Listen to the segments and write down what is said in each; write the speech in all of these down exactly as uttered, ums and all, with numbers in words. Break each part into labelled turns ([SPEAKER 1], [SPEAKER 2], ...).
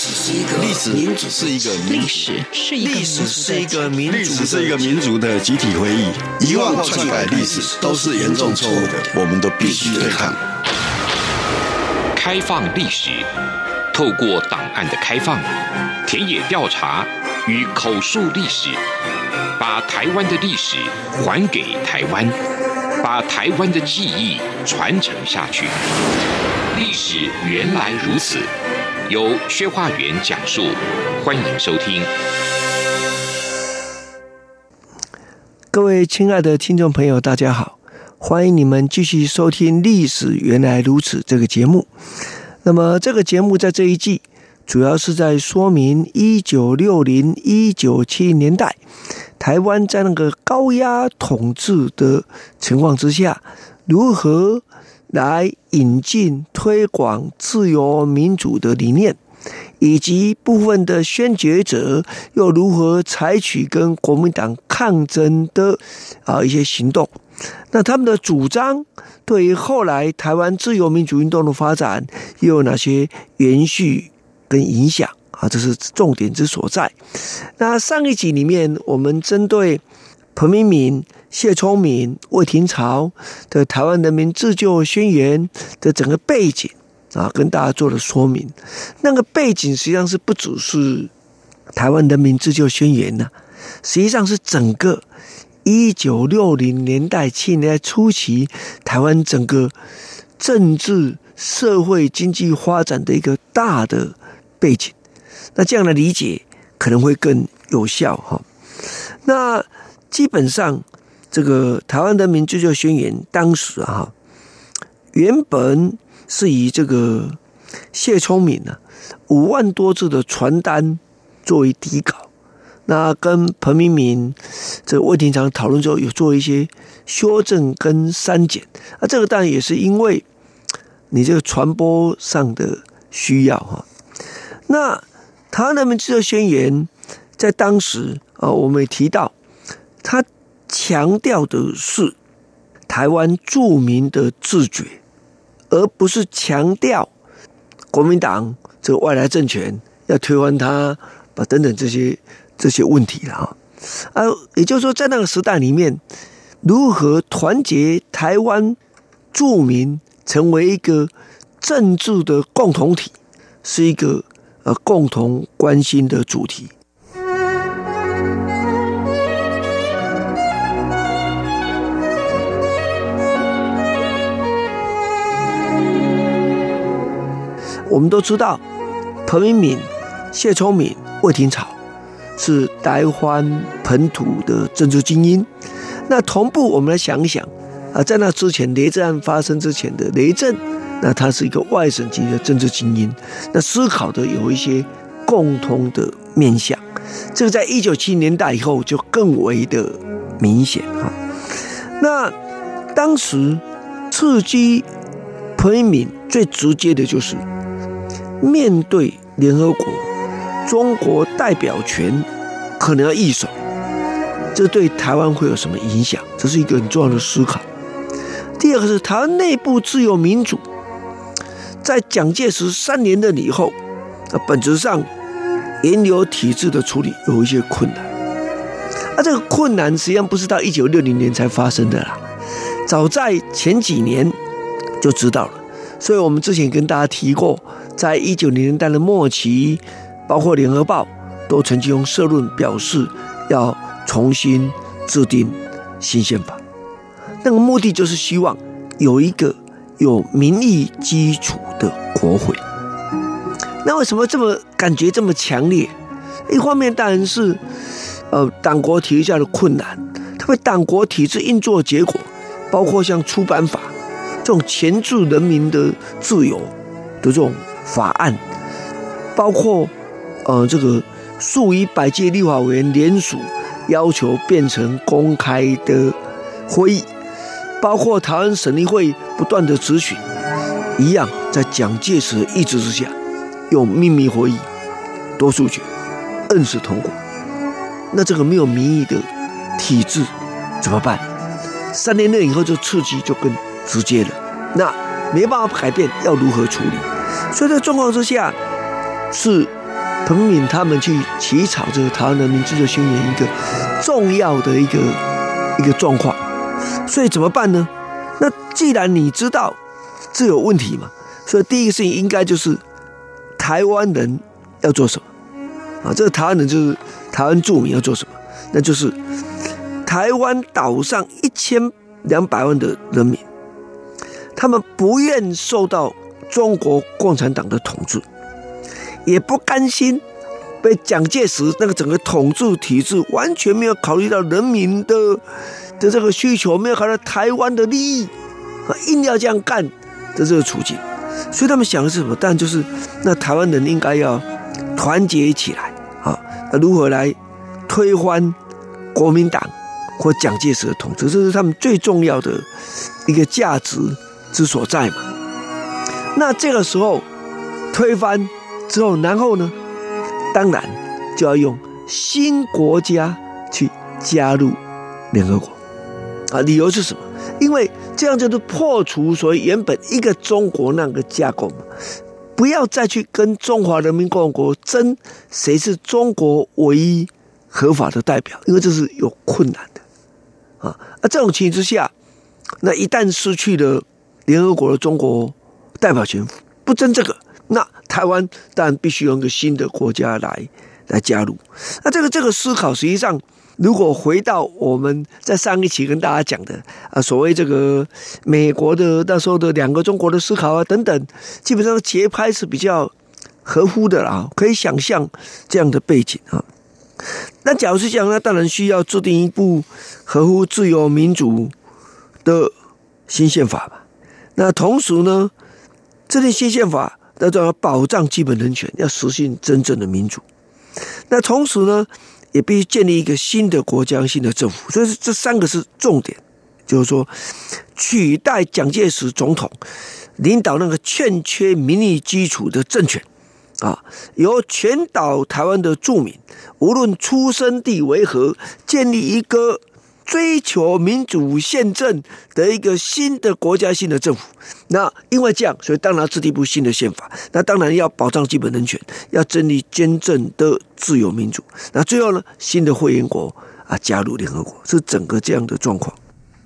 [SPEAKER 1] 史是一个历史民主是一个
[SPEAKER 2] 历史是一个
[SPEAKER 1] 历史是一个民
[SPEAKER 3] 历史是一个民族的集体回忆，
[SPEAKER 1] 遗忘或篡改历史都是严重错误的，我们都必须对抗。
[SPEAKER 4] 开放历史，透过档案的开放、田野调查与口述历史，把台湾的历史还给台湾，把台湾的记忆传承下去。历史原来如此，由薛化元讲述，欢迎收听。
[SPEAKER 5] 各位亲爱的听众朋友，大家好，欢迎你们继续收听《历史原来如此》这个节目。那么这个节目在这一季主要是在说明一九六零、一九七零年代台湾在那个高压统治的情况之下，如何来引进推广自由民主的理念，以及部分的宣决者又如何采取跟国民党抗争的啊一些行动。那他们的主张对于后来台湾自由民主运动的发展又有哪些延续跟影响啊？这是重点之所在。那上一集里面我们针对彭明敏、谢聪明、魏廷朝的台湾人民自救宣言的整个背景啊，跟大家做了说明。那个背景实际上是不只是台湾人民自救宣言呢、啊，实际上是整个一九六零年代、七零年代初期台湾整个政治、社会、经济发展的一个大的背景。那这样的理解可能会更有效哈。那基本上，这个台湾人民自救宣言当时啊，原本是以这个谢聪明呢五万多字的传单作为底稿，那跟彭明敏、这个魏廷朝讨论之后，有做一些修正跟删减。那这个当然也是因为你这个传播上的需要哈。那台湾人民自救宣言在当时啊，我们也提到，他强调的是台湾著民的自觉，而不是强调国民党这个外来政权要推翻他，把等等这些这些问题了啊。啊，也就是说，在那个时代里面，如何团结台湾著民成为一个政治的共同体，是一个呃共同关心的主题。我们都知道，彭明敏、谢聪明、魏廷朝是台湾本土的政治精英。那同步，我们来想一想啊，在那之前雷震案发生之前的雷震，那他是一个外省籍的政治精英。那思考的有一些共通的面向，这个在一九七零年代以后就更为的明显啊。那当时刺激彭明敏最直接的就是面对联合国，中国代表权可能要易手，这对台湾会有什么影响？这是一个很重要的思考。第二个是台湾内部自由民主，在蒋介石三连任以后，本质上原有体制的处理有一些困难。啊，这个困难实际上不是到一九六零年才发生的啦，早在前几年就知道了。所以我们之前跟大家提过，在一九零年代的末期，包括联合报都曾经用社论表示要重新制定新宪法，那个目的就是希望有一个有民意基础的国会。那为什么这么感觉这么强烈？一方面当然是呃党国体制下的困难，特别党国体制运作的结果，包括像出版法这种钳制人民的自由的这种法案，包括呃这个数以百计立法委员联署要求变成公开的会议，包括台湾省立会不断的质询，一样在蒋介石的意志之下，用秘密会议多数决硬是通过。那这个没有民意的体制怎么办？三连任以后就刺激就更直接了，那没办法改变，要如何处理？所以在状况之下，是彭明他们去起草这个台湾人民自救宣言一个重要的一个一个状况。所以怎么办呢？那既然你知道这有问题嘛，所以第一个事情应该就是台湾人要做什么啊？这个台湾人就是台湾住民要做什么？那就是台湾岛上一千两百万的人民，他们不愿受到中国共产党的统治，也不甘心被蒋介石那个整个统治体制完全没有考虑到人民的的这个需求，没有考虑到台湾的利益，硬要这样干的这个处境。所以他们想的是什么？当然就是那台湾人应该要团结起来啊，那如何来推翻国民党或蒋介石的统治，这是他们最重要的一个价值之所在嘛。那这个时候推翻之后，然后呢，当然就要用新国家去加入联合国啊。理由是什么？因为这样就是破除所谓原本一个中国那个架构嘛，不要再去跟中华人民共和国争谁是中国唯一合法的代表，因为这是有困难的啊。那这种情形之下，那一旦失去了联合国的中国代表权，不争这个，那台湾当然必须用一个新的国家来来加入。那这个这个思考，实际上如果回到我们在上一期跟大家讲的啊，所谓这个美国的那时候的两个中国的思考啊等等，基本上节拍是比较合乎的啦，可以想象这样的背景啊。那假如是这样，那当然需要制定一部合乎自由民主的新宪法嘛。那同时呢，制定新宪法那就要保障基本人权，要实现真正的民主。那同时呢，也必须建立一个新的国家、新的政府。所以这三个是重点，就是说取代蒋介石总统领导那个欠缺民意基础的政权啊，由全岛台湾的住民，无论出生地为何，建立一个追求民主宪政的一个新的国家、新的政府。那因为这样，所以当然要制定一部新的宪法。那当然要保障基本人权，要建立真正的自由民主。那最后呢，新的会员国啊加入联合国，是整个这样的状况。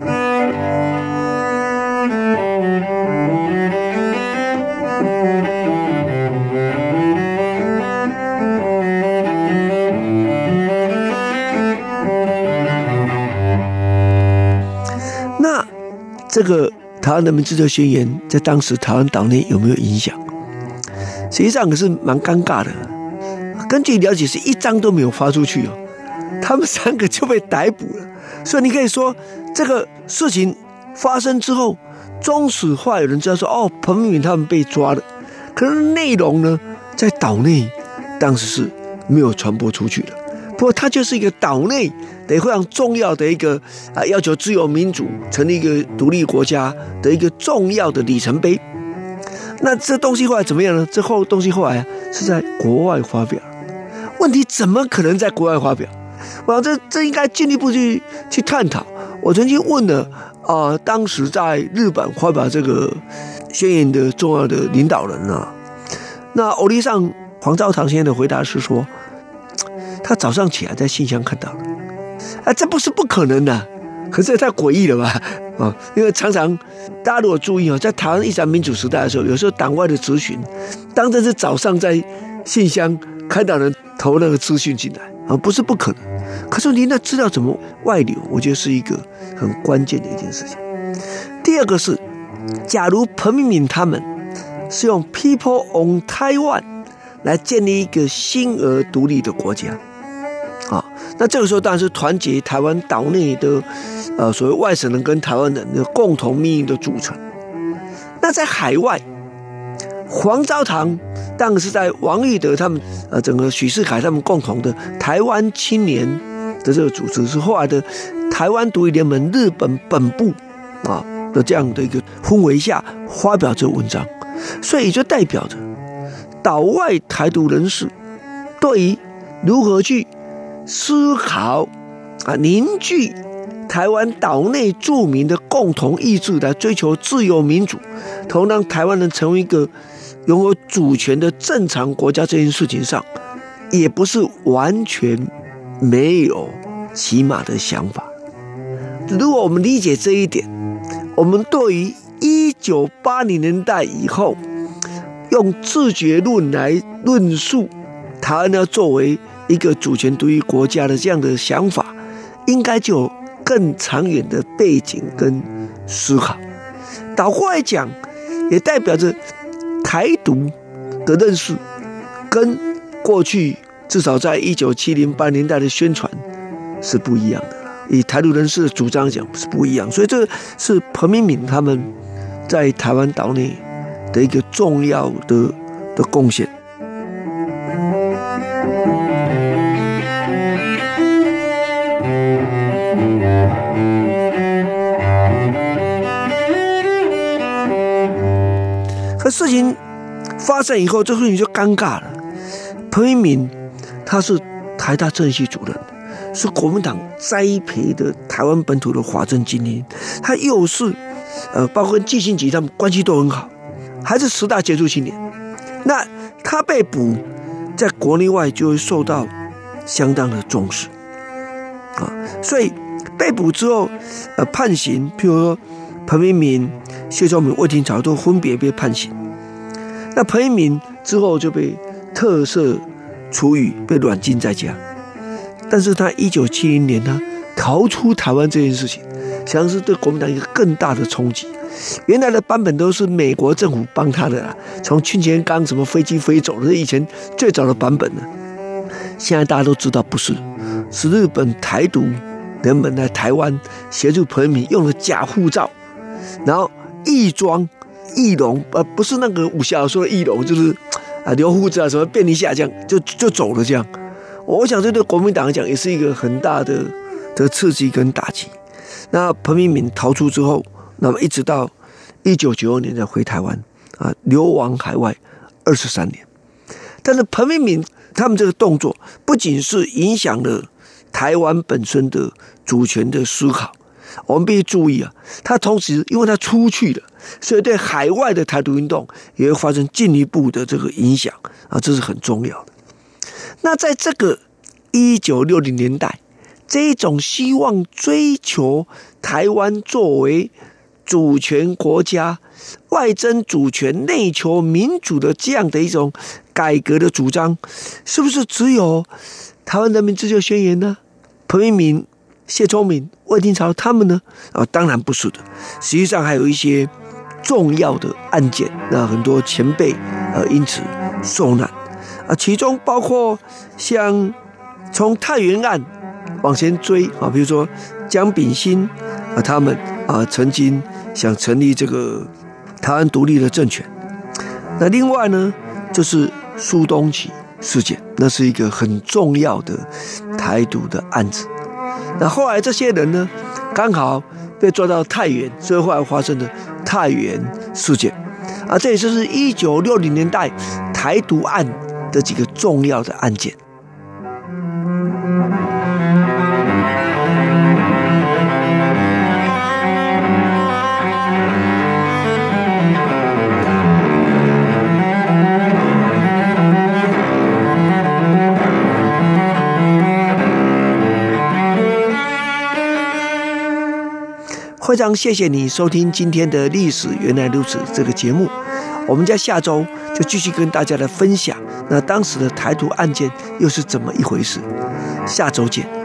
[SPEAKER 5] 那这个台湾人民自救宣言在当时台湾岛内有没有影响？实际上可是蛮尴尬的。根据了解，是一张都没有发出去哦，他们三个就被逮捕了。所以你可以说，这个事情发生之后，中史话有人知道说，哦，彭明敏他们被抓了，可是内容呢，在岛内当时是没有传播出去的。不过它就是一个岛内的非常重要的一个啊，要求自由民主、成立一个独立国家的一个重要的里程碑。那这东西后来怎么样呢？这后东西后来、啊、是在国外发表。问题怎么可能在国外发表？我想这这应该进一步去去探讨。我曾经问了啊、呃，当时在日本发表这个宣言的重要的领导人啊，那欧丽上黄昭堂先生的回答是说，他早上起来在信箱看到了，啊，这不是不可能的、啊，可是太诡异了吧？啊，因为常常大家如果注意啊，在台湾一场民主时代的时候，有时候党外的质询，当真是早上在信箱看到人投那个资讯进来啊，不是不可能。可是您的资料怎么外流？我觉得是一个很关键的一件事情。第二个是，假如彭明敏他们是用 People on Taiwan 来建立一个新而独立的国家。啊，那这个时候当然是团结台湾岛内的呃所谓外省人跟台湾人的共同命运的组成。那在海外，黄昭堂当然是在王玉德他们呃整个许世凯他们共同的台湾青年的这个组织，是后来的台湾独立联盟日本本部啊的这样的一个氛围下发表这个文章，所以也就代表着岛外台独人士对于如何去思考啊，凝聚台湾岛内住民的共同意志来追求自由民主，同让台湾人成为一个拥有主权的正常国家这件事情上， 也不是完全没有起码的想法。如果我们理解这一点，我们对于一九八零年代以后用自决论来论述台湾要作为一个主权独立国家的这样的想法，应该就有更长远的背景跟思考。倒过来讲，也代表着台独的认识跟过去至少在一九七零八零年代的宣传是不一样的，以台独人士的主张讲是不一样，所以这是彭明敏他们在台湾岛内的一个重要的的贡献。可事情发生以后，这事情就尴尬了。彭明敏他是台大政治系主任，是国民党栽培的台湾本土的法政精英，他又是呃，包括跟季辛吉他们关系都很好，还是十大杰出青年。那他被捕，在国内外就会受到相当的重视啊。所以被捕之后，呃，判刑，譬如说彭明敏、谢昭明、魏廷朝都分别被判刑。那彭明敏之后就被特赦处予，被软禁在家。但是他一九七零年他逃出台湾这件事情，实际上是对国民党一个更大的冲击。原来的版本都是美国政府帮他的啦，从清泉岗什么飞机飞走的，以前最早的版本呢。现在大家都知道不是，是日本台独人们在台湾协助彭明敏用了假护照，然后义装义龙，呃，不是那个武侠说的义龙，就是啊留胡子啊什么便一下这样就就走了这样。我想这对国民党来讲也是一个很大的的刺激跟打击。那彭明敏逃出之后，那么一直到一九九二年才回台湾啊，流亡海外二十三年。但是彭明敏他们这个动作不仅是影响了台湾本身的主权的思考，我们必须注意啊，他同时因为他出去了，所以对海外的台独运动也会发生进一步的这个影响啊，这是很重要的。那在这个一九六零年代，这一种希望追求台湾作为主权国家、外争主权、内求民主的这样的一种改革的主张，是不是只有台湾人民自救宣言呢？彭明敏、谢聪明、魏廷朝他们呢？啊，当然不是的。实际上还有一些重要的案件，那很多前辈呃因此受难啊，其中包括像从太原案往前追啊，比如说江炳新啊，他们啊曾经想成立这个台湾独立的政权。那另外呢，就是苏东起事件，那是一个很重要的台独的案子。那后来这些人呢，刚好被抓到太原，所以后来发生的太原事件啊，这也就是一九六零年代台独案的几个重要的案件。非常谢谢你收听今天的历史原来如此这个节目，我们在下周就继续跟大家来分享那当时的台独案件又是怎么一回事，下周见。